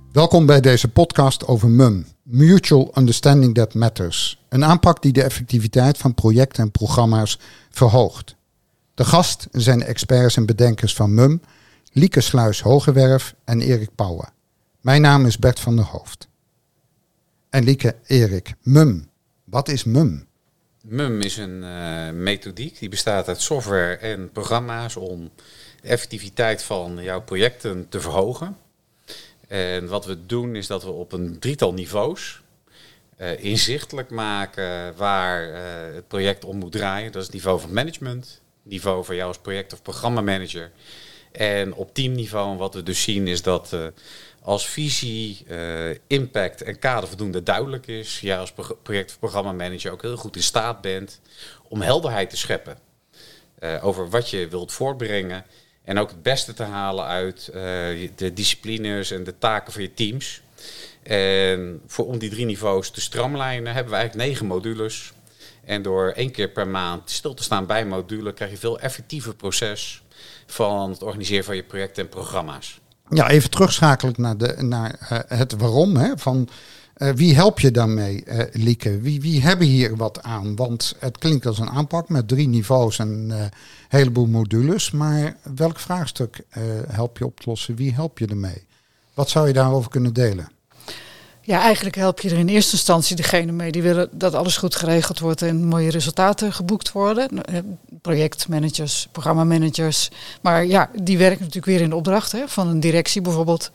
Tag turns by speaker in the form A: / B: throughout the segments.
A: Welkom bij deze podcast over MUM, Mutual Understanding That Matters. Een aanpak die de effectiviteit van projecten en programma's verhoogt. De gast zijn de experts en bedenkers van MUM, Lieke Sluis-Hogewerf en Erik Pauwen. Mijn naam is Bert van der Hoofd. En Lieke, Erik, MUM. Wat is MUM?
B: MUM is een methodiek die bestaat uit software en programma's om de effectiviteit van jouw projecten te verhogen. En wat we doen is dat we op een drietal niveaus inzichtelijk maken waar het project om moet draaien. Dat is het niveau van management, niveau van jou als project- of programmamanager. En op teamniveau, wat we dus zien is dat als visie, impact en kader voldoende duidelijk is, jij als project- of programmamanager ook heel goed in staat bent om helderheid te scheppen over wat je wilt voortbrengen. En ook het beste te halen uit de disciplines en de taken van je teams. En om die 3 niveaus te stramlijnen hebben we eigenlijk 9 modules. En door 1 keer per maand stil te staan bij een module krijg je een veel effectiever proces van het organiseren van je projecten en programma's.
A: Ja, even terugschakelen naar het waarom. Hè, van wie help je daarmee, Lieke? Wie hebben hier wat aan? Want het klinkt als een aanpak met 3 niveaus en een heleboel modules. Maar welk vraagstuk help je op te lossen? Wie help je ermee? Wat zou je daarover kunnen delen?
C: Ja, eigenlijk help je er in eerste instantie degene mee die willen dat alles goed geregeld wordt en mooie resultaten geboekt worden. Projectmanagers, programmamanagers. Maar ja, die werken natuurlijk weer in opdracht van een directie bijvoorbeeld.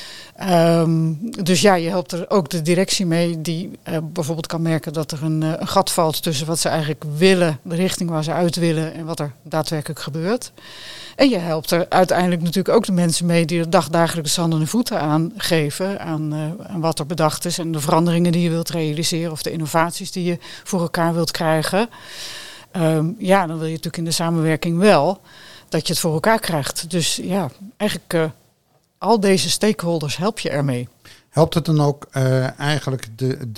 C: Dus ja, je helpt er ook de directie mee die bijvoorbeeld kan merken dat er een gat valt tussen wat ze eigenlijk willen, de richting waar ze uit willen en wat er daadwerkelijk gebeurt. En je helpt er uiteindelijk natuurlijk ook de mensen mee die er dagelijks handen en voeten aan geven aan wat er bedacht is en de veranderingen die je wilt realiseren of de innovaties die je voor elkaar wilt krijgen. Ja, dan wil je natuurlijk in de samenwerking wel dat je het voor elkaar krijgt. Dus ja, eigenlijk al deze stakeholders help je ermee.
A: Helpt het dan ook eigenlijk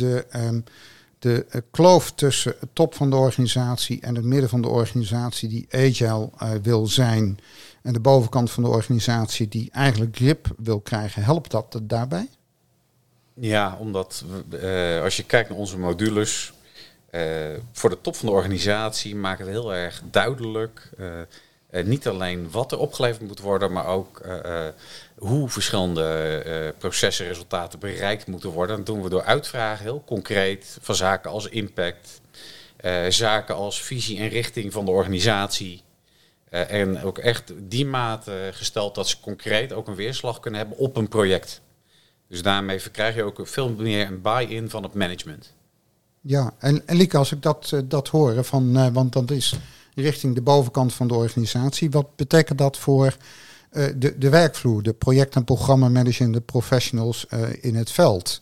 A: de kloof tussen het top van de organisatie en het midden van de organisatie die agile wil zijn en de bovenkant van de organisatie die eigenlijk grip wil krijgen, helpt dat daarbij?
B: Ja, omdat als je kijkt naar onze modules, voor de top van de organisatie maken we heel erg duidelijk niet alleen wat er opgeleverd moet worden, maar ook hoe verschillende processen, resultaten bereikt moeten worden. Dat doen we door uitvragen, heel concreet, van zaken als impact, zaken als visie en richting van de organisatie. En ook echt die mate gesteld dat ze concreet ook een weerslag kunnen hebben op een project. Dus daarmee verkrijg je ook veel meer een buy-in van het management.
A: Ja, en Lieke, als ik dat hoor, want dat is richting de bovenkant van de organisatie. Wat betekent dat voor de werkvloer, de project- en programmamanager en de professionals in het veld?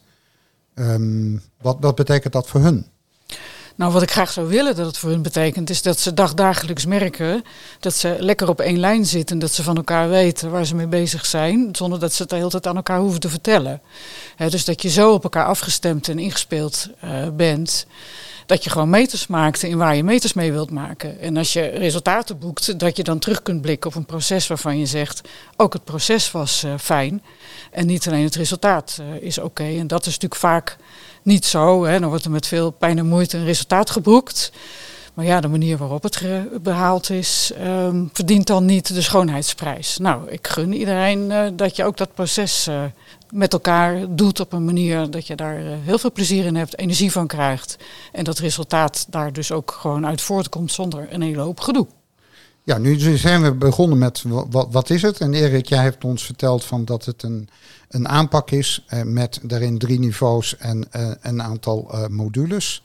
A: Wat betekent dat voor hun?
C: Nou, wat ik graag zou willen dat het voor hun betekent, is dat ze dagelijks merken dat ze lekker op één lijn zitten. Dat ze van elkaar weten waar ze mee bezig zijn, zonder dat ze het de hele tijd aan elkaar hoeven te vertellen. Dus dat je zo op elkaar afgestemd en ingespeeld bent, dat je gewoon meters maakt in waar je meters mee wilt maken. En als je resultaten boekt, dat je dan terug kunt blikken op een proces waarvan je zegt, ook het proces was fijn. En niet alleen het resultaat is oké. En dat is natuurlijk vaak niet zo. Dan wordt er met veel pijn en moeite een resultaat geboekt. Maar ja, de manier waarop het behaald is, verdient dan niet de schoonheidsprijs. Nou, ik gun iedereen dat je ook dat proces met elkaar doet op een manier dat je daar heel veel plezier in hebt, energie van krijgt. En dat resultaat daar dus ook gewoon uit voortkomt zonder een hele hoop gedoe.
A: Ja, nu zijn we begonnen met wat is het? En Erik, jij hebt ons verteld van dat het een aanpak is met daarin 3 niveaus en een aantal modules.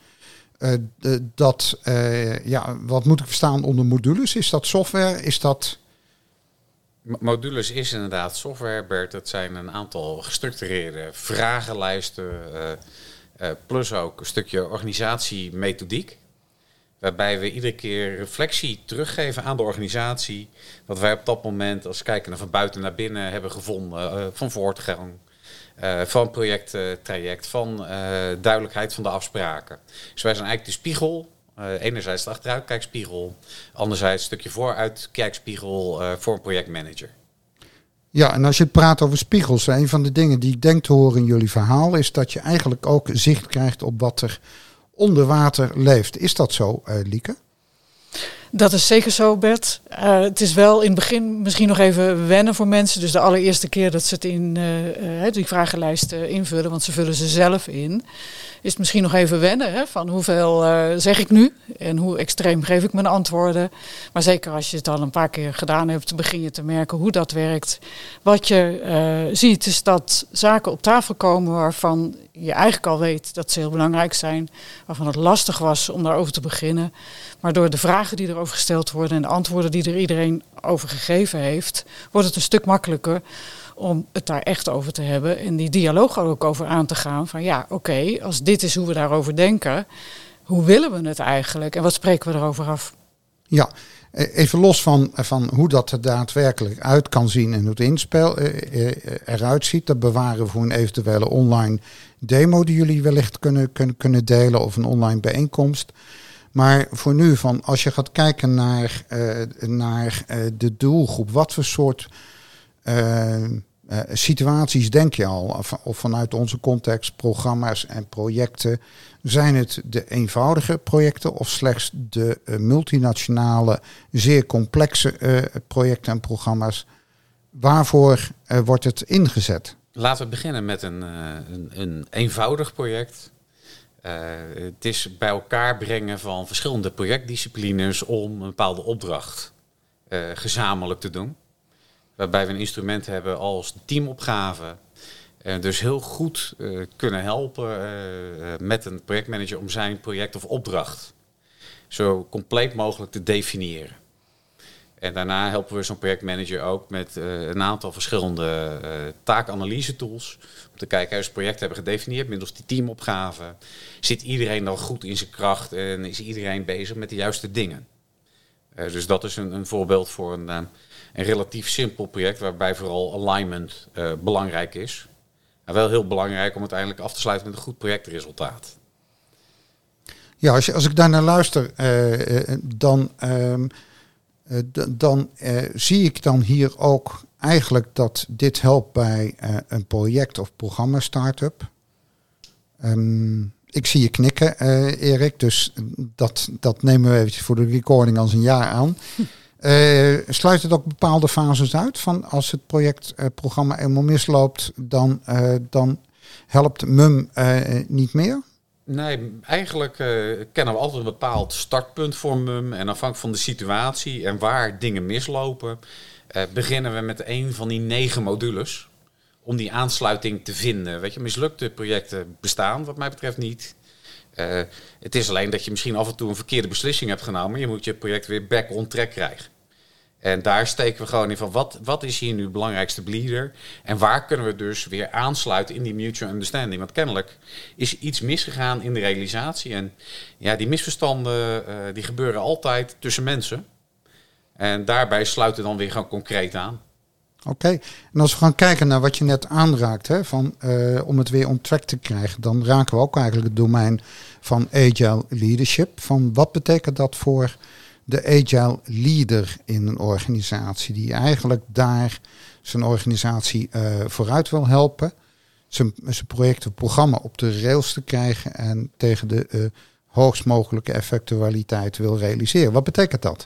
A: Wat moet ik verstaan onder modules? Is dat software? Is dat...
B: Modules is inderdaad software, Bert. Het zijn een aantal gestructureerde vragenlijsten, plus ook een stukje organisatiemethodiek. Waarbij we iedere keer reflectie teruggeven aan de organisatie. Wat wij op dat moment, als kijken naar van buiten naar binnen, hebben gevonden van voortgang. Van projecttraject, van duidelijkheid van de afspraken. Dus wij zijn eigenlijk de spiegel. Enerzijds de achteruitkijkspiegel. Anderzijds een stukje vooruitkijkspiegel voor een projectmanager.
A: Ja, en als je het praat over spiegels, een van de dingen die ik denk te horen in jullie verhaal is dat je eigenlijk ook zicht krijgt op wat er onder water leeft. Is dat zo, Lieke?
C: Dat is zeker zo, Bert. Het is wel in het begin misschien nog even wennen voor mensen. Dus de allereerste keer dat ze het in die vragenlijst invullen, want ze vullen ze zelf in, is het misschien nog even wennen. Hè, van hoeveel zeg ik nu en hoe extreem geef ik mijn antwoorden. Maar zeker als je het al een paar keer gedaan hebt, begin je te merken hoe dat werkt. Wat je ziet is dat zaken op tafel komen waarvan je eigenlijk al weet dat ze heel belangrijk zijn. Waarvan het lastig was om daarover te beginnen. Maar door de vragen die erover gesteld worden en de antwoorden die er iedereen over gegeven heeft, wordt het een stuk makkelijker om het daar echt over te hebben. En die dialoog er ook over aan te gaan. Van ja, oké, als dit is hoe we daarover denken, hoe willen we het eigenlijk? En wat spreken we erover af?
A: Ja, even los van hoe dat er daadwerkelijk uit kan zien en hoe het inspel eruit ziet. Dat bewaren we voor een eventuele online demo die jullie wellicht kunnen delen of een online bijeenkomst. Maar voor nu, als je gaat kijken naar de doelgroep, wat voor soort situaties denk je al? Of vanuit onze context, programma's en projecten. Zijn het de eenvoudige projecten of slechts de multinationale, zeer complexe projecten en programma's? Waarvoor wordt het ingezet?
B: Laten we beginnen met een eenvoudig project. Het is bij elkaar brengen van verschillende projectdisciplines om een bepaalde opdracht gezamenlijk te doen. Waarbij we een instrument hebben als teamopgave. Dus heel goed kunnen helpen met een projectmanager om zijn project of opdracht zo compleet mogelijk te definiëren. En daarna helpen we zo'n projectmanager ook met een aantal verschillende taakanalyse tools. Om te kijken, als we het project hebben gedefinieerd middels die teamopgave. Zit iedereen dan goed in zijn kracht en is iedereen bezig met de juiste dingen? Dus dat is een voorbeeld voor een relatief simpel project waarbij vooral alignment belangrijk is. Maar wel heel belangrijk om uiteindelijk af te sluiten met een goed projectresultaat.
A: Ja, als ik daar naar luister, dan zie ik dan hier ook eigenlijk dat dit helpt bij een project of programma start-up. Ik zie je knikken, Erik, dus dat nemen we eventjes voor de recording als een ja aan. Sluit het ook bepaalde fases uit? Van als het projectprogramma helemaal misloopt, dan helpt MUM niet meer?
B: Nee, eigenlijk kennen we altijd een bepaald startpunt voor MUM. En afhankelijk van de situatie en waar dingen mislopen, beginnen we met een van die 9 modules. Om die aansluiting te vinden. Weet je, mislukte projecten bestaan wat mij betreft niet. Het is alleen dat je misschien af en toe een verkeerde beslissing hebt genomen. Je moet je project weer back on track krijgen. En daar steken we gewoon in van wat is hier nu de belangrijkste bleeder? En waar kunnen we dus weer aansluiten in die mutual understanding? Want kennelijk is iets misgegaan in de realisatie. En ja, die misverstanden die gebeuren altijd tussen mensen. En daarbij sluiten we dan weer gewoon concreet aan.
A: Oké, en als we gaan kijken naar wat je net aanraakt, hè, om het weer on track te krijgen, dan raken we ook eigenlijk het domein van agile leadership. Van wat betekent dat voor de agile leader in een organisatie, die eigenlijk daar zijn organisatie vooruit wil helpen, zijn project of programma op de rails te krijgen en tegen de hoogst mogelijke effectualiteit wil realiseren. Wat betekent dat?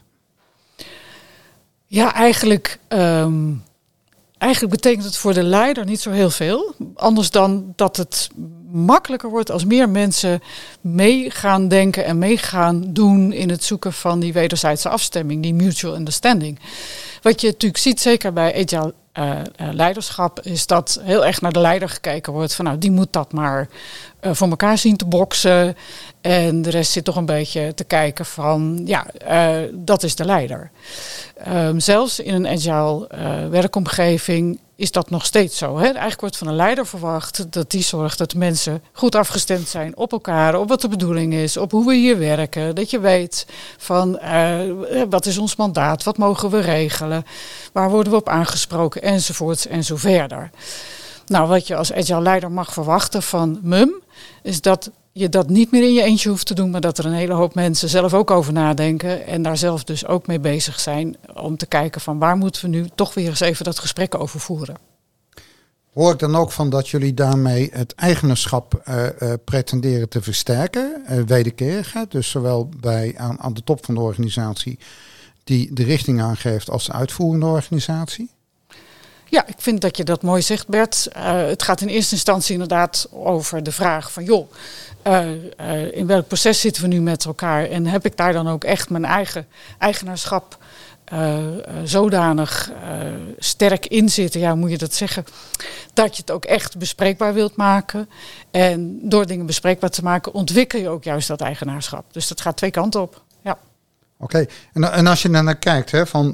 C: Ja, eigenlijk betekent het voor de leider niet zo heel veel. Anders dan dat het makkelijker wordt als meer mensen mee gaan denken en mee gaan doen in het zoeken van die wederzijdse afstemming, die mutual understanding. Wat je natuurlijk ziet, zeker bij agile leiderschap, is dat heel erg naar de leider gekeken wordt van nou, die moet dat maar voor elkaar zien te boksen. En de rest zit toch een beetje te kijken van ja, dat is de leider. Zelfs in een agile werkomgeving is dat nog steeds zo. Hè? Eigenlijk wordt van een leider verwacht dat die zorgt dat mensen goed afgestemd zijn op elkaar, op wat de bedoeling is, op hoe we hier werken. Dat je weet van wat is ons mandaat, wat mogen we regelen, waar worden we op aangesproken enzovoorts en zo verder. Nou, wat je als agile leider mag verwachten van MUM is dat je dat niet meer in je eentje hoeft te doen, maar dat er een hele hoop mensen zelf ook over nadenken en daar zelf dus ook mee bezig zijn om te kijken van waar moeten we nu toch weer eens even dat gesprek over voeren.
A: Hoor ik dan ook van dat jullie daarmee het eigenaarschap pretenderen te versterken, wederkerig, dus zowel aan de top van de organisatie die de richting aangeeft als de uitvoerende organisatie?
C: Ja, ik vind dat je dat mooi zegt, Bert. Het gaat in eerste instantie inderdaad over de vraag van in welk proces zitten we nu met elkaar en heb ik daar dan ook echt mijn eigen eigenaarschap zodanig sterk in zitten, moet je dat zeggen, dat je het ook echt bespreekbaar wilt maken. En door dingen bespreekbaar te maken ontwikkel je ook juist dat eigenaarschap. Dus dat gaat twee kanten op. Ja.
A: Oké. En als je naar kijkt,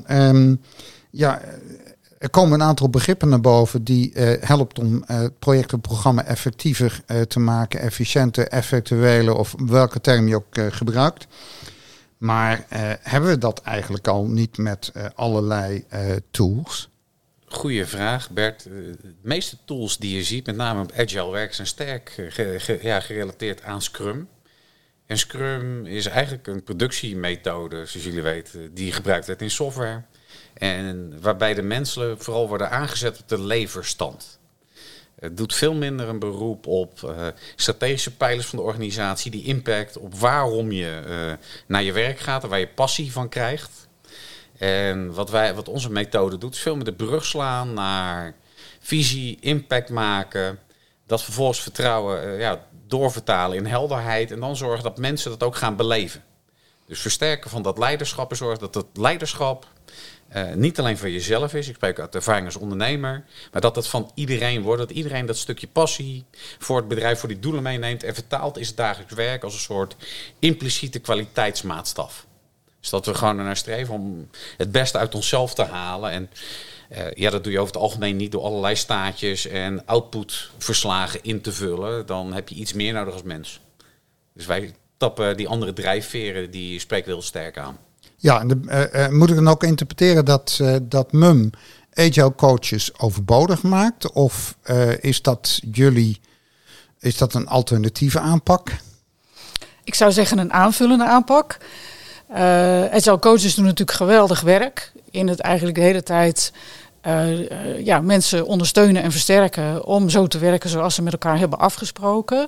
A: er komen een aantal begrippen naar boven die helpt om het project of programma effectiever te maken, efficiënter, effectueler of welke term je ook gebruikt. Maar hebben we dat eigenlijk al niet met allerlei tools?
B: Goeie vraag, Bert. De meeste tools die je ziet, met name op agile werk, zijn sterk gerelateerd aan Scrum. En Scrum is eigenlijk een productiemethode, zoals jullie weten, die gebruikt wordt in software. En waarbij de mensen vooral worden aangezet op de leverstand. Het doet veel minder een beroep op strategische pijlers van de organisatie, die impact op waarom je naar je werk gaat en waar je passie van krijgt. En wat onze methode doet, is veel meer de brug slaan naar visie, impact maken, dat vervolgens vertrouwen doorvertalen in helderheid en dan zorgen dat mensen dat ook gaan beleven. Dus versterken van dat leiderschap en zorgen dat het leiderschap niet alleen voor jezelf is, ik spreek uit ervaring als ondernemer, maar dat het van iedereen wordt, dat iedereen dat stukje passie voor het bedrijf, voor die doelen meeneemt en vertaalt in het dagelijks werk als een soort impliciete kwaliteitsmaatstaf. Dus dat we gewoon ernaar streven om het beste uit onszelf te halen. En dat doe je over het algemeen niet door allerlei staatjes en outputverslagen in te vullen. Dan heb je iets meer nodig als mens. Dus wij tappen die andere drijfveren, die spreken heel sterk aan. Ja,
A: en moet ik dan ook interpreteren dat MUM agile coaches overbodig maakt? Of is dat een alternatieve aanpak?
C: Ik zou zeggen een aanvullende aanpak. Agile coaches doen natuurlijk geweldig werk. In het eigenlijk de hele tijd mensen ondersteunen en versterken om zo te werken zoals ze met elkaar hebben afgesproken.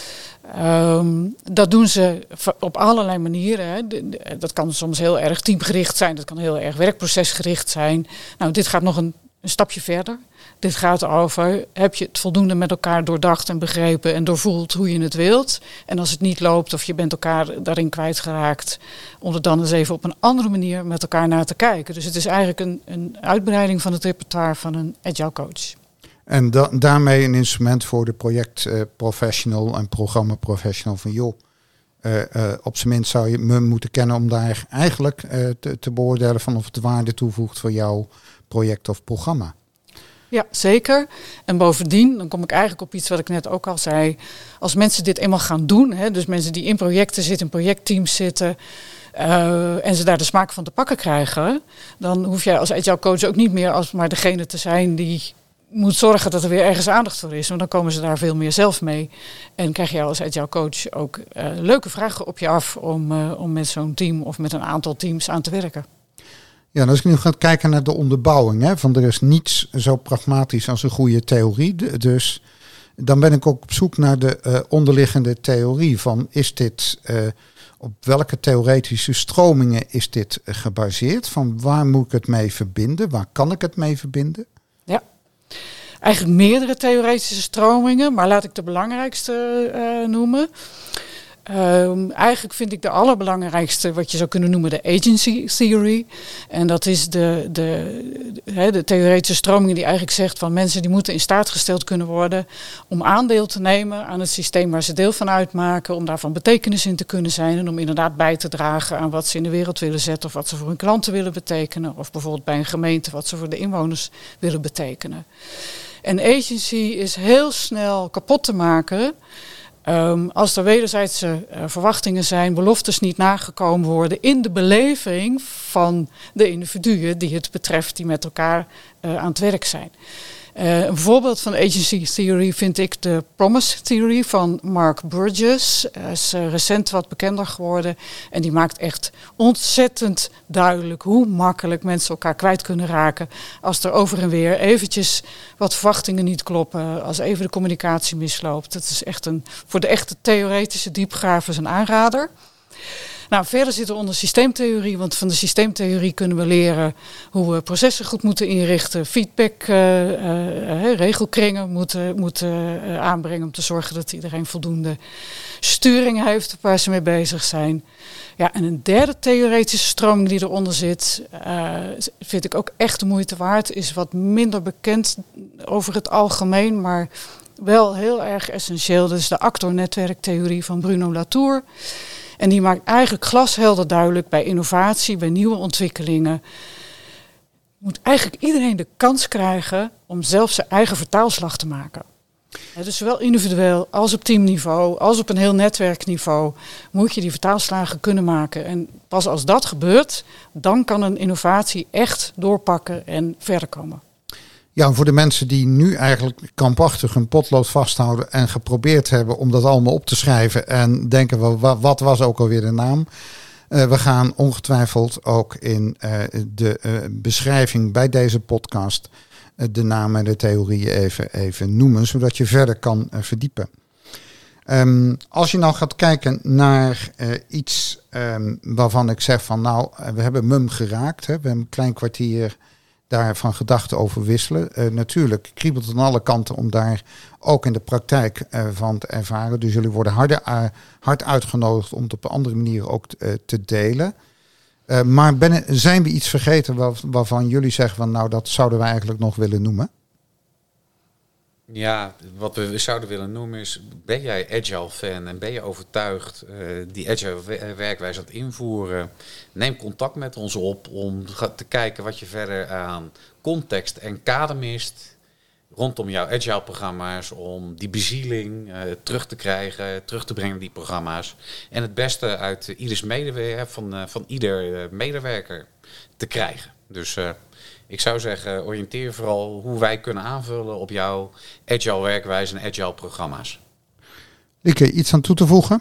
C: Dat doen ze op allerlei manieren. Hè. Dat kan soms heel erg teamgericht zijn. Dat kan heel erg werkprocesgericht zijn. Nou, dit gaat nog een stapje verder. Dit gaat over, heb je het voldoende met elkaar doordacht en begrepen en doorvoeld hoe je het wilt. En als het niet loopt of je bent elkaar daarin kwijtgeraakt, om er dan eens even op een andere manier met elkaar naar te kijken. Dus het is eigenlijk een uitbreiding van het repertoire van een agile coach.
A: En daarmee een instrument voor de projectprofessional en programmaprofessional van op zijn minst zou je MUM moeten kennen om daar eigenlijk te beoordelen van of het waarde toevoegt voor jouw project of programma.
C: Ja, zeker. En bovendien, dan kom ik eigenlijk op iets wat ik net ook al zei. Als mensen dit eenmaal gaan doen, dus mensen die in projecten zitten, in projectteams zitten, en ze daar de smaak van te pakken krijgen, dan hoef jij als agile coach ook niet meer als maar degene te zijn die moet zorgen dat er weer ergens aandacht voor is. Want dan komen ze daar veel meer zelf mee. En krijg je als agile coach ook leuke vragen op je af om met zo'n team of met een aantal teams aan te werken.
A: Ja, als ik nu ga kijken naar de onderbouwing, van er is niets zo pragmatisch als een goede theorie. Dus dan ben ik ook op zoek naar de onderliggende theorie van is dit, op welke theoretische stromingen is dit gebaseerd? Van waar moet ik het mee verbinden? Waar kan ik het mee verbinden?
C: Ja, eigenlijk meerdere theoretische stromingen, maar laat ik de belangrijkste noemen. Eigenlijk vind ik de allerbelangrijkste wat je zou kunnen noemen de agency theory. En dat is de theoretische stroming die eigenlijk zegt van mensen die moeten in staat gesteld kunnen worden om aandeel te nemen aan het systeem waar ze deel van uitmaken, om daarvan betekenis in te kunnen zijn en om inderdaad bij te dragen aan wat ze in de wereld willen zetten of wat ze voor hun klanten willen betekenen of bijvoorbeeld bij een gemeente wat ze voor de inwoners willen betekenen. En agency is heel snel kapot te maken als er wederzijdse verwachtingen zijn, beloftes niet nagekomen worden in de beleving van de individuen die het betreft, die met elkaar aan het werk zijn. Een voorbeeld van agency theory vind ik de promise theory van Mark Burgess. Is recent wat bekender geworden. En die maakt echt ontzettend duidelijk hoe makkelijk mensen elkaar kwijt kunnen raken. Als er over en weer eventjes wat verwachtingen niet kloppen. Als even de communicatie misloopt. Dat is echt voor de echte theoretische diepgravers een aanrader. Nou, verder zit er onder systeemtheorie, want van de systeemtheorie kunnen we leren hoe we processen goed moeten inrichten, feedback, regelkringen moeten aanbrengen om te zorgen dat iedereen voldoende sturing heeft waar ze mee bezig zijn. Ja, en een derde theoretische stroming die eronder zit, vind ik ook echt de moeite waard, is wat minder bekend over het algemeen, maar wel heel erg essentieel. Dat is de actor-netwerktheorie van Bruno Latour. En die maakt eigenlijk glashelder duidelijk bij innovatie, bij nieuwe ontwikkelingen. Moet eigenlijk iedereen de kans krijgen om zelf zijn eigen vertaalslag te maken. Dus zowel individueel als op teamniveau, als op een heel netwerkniveau moet je die vertaalslagen kunnen maken. En pas als dat gebeurt, dan kan een innovatie echt doorpakken en verder komen.
A: Ja, voor de mensen die nu eigenlijk krampachtig hun potlood vasthouden en geprobeerd hebben om dat allemaal op te schrijven en denken, wat was ook alweer de naam? We gaan ongetwijfeld ook in de beschrijving bij deze podcast de namen en de theorieën even noemen, zodat je verder kan verdiepen. Als je nou gaat kijken naar iets waarvan ik zeg van nou, we hebben MUM geraakt. Hè, we hebben een klein kwartier daar van gedachten over wisselen. Natuurlijk kriebelt het aan alle kanten om daar ook in de praktijk van te ervaren. Dus jullie worden hard uitgenodigd om het op een andere manier ook te delen. Maar zijn we iets vergeten waarvan jullie zeggen van nou, dat zouden we eigenlijk nog willen noemen?
B: Ja, wat we zouden willen noemen is, ben jij agile fan en ben je overtuigd die agile werkwijze aan het invoeren? Neem contact met ons op om te kijken wat je verder aan context en kader mist rondom jouw agile programma's, om die bezieling terug te krijgen, terug te brengen in die programma's. En het beste uit ieders medewerker, van ieder medewerker te krijgen. Dus ik zou zeggen, oriënteer vooral hoe wij kunnen aanvullen op jouw agile werkwijze en agile programma's.
A: Lieke, iets aan toe te voegen?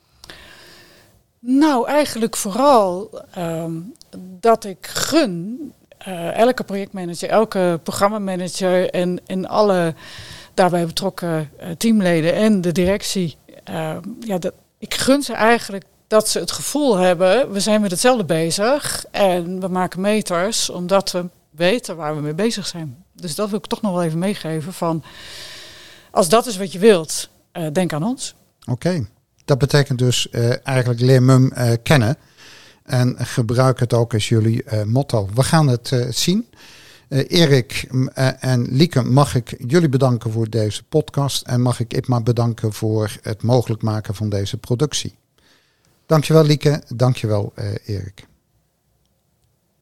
C: Nou, eigenlijk vooral dat ik gun elke projectmanager, elke programmamanager en alle daarbij betrokken teamleden en de directie. Ik gun ze eigenlijk dat ze het gevoel hebben, we zijn met hetzelfde bezig en we maken meters omdat we weten waar we mee bezig zijn. Dus dat wil ik toch nog wel even meegeven van, als dat is wat je wilt, denk aan ons.
A: Oké. Dat betekent dus eigenlijk leer MUM kennen en gebruik het ook als jullie motto. We gaan het zien. Erik en Lieke, mag ik jullie bedanken voor deze podcast en mag ik IPMA bedanken voor het mogelijk maken van deze productie. Dankjewel Lieke, dankjewel Erik.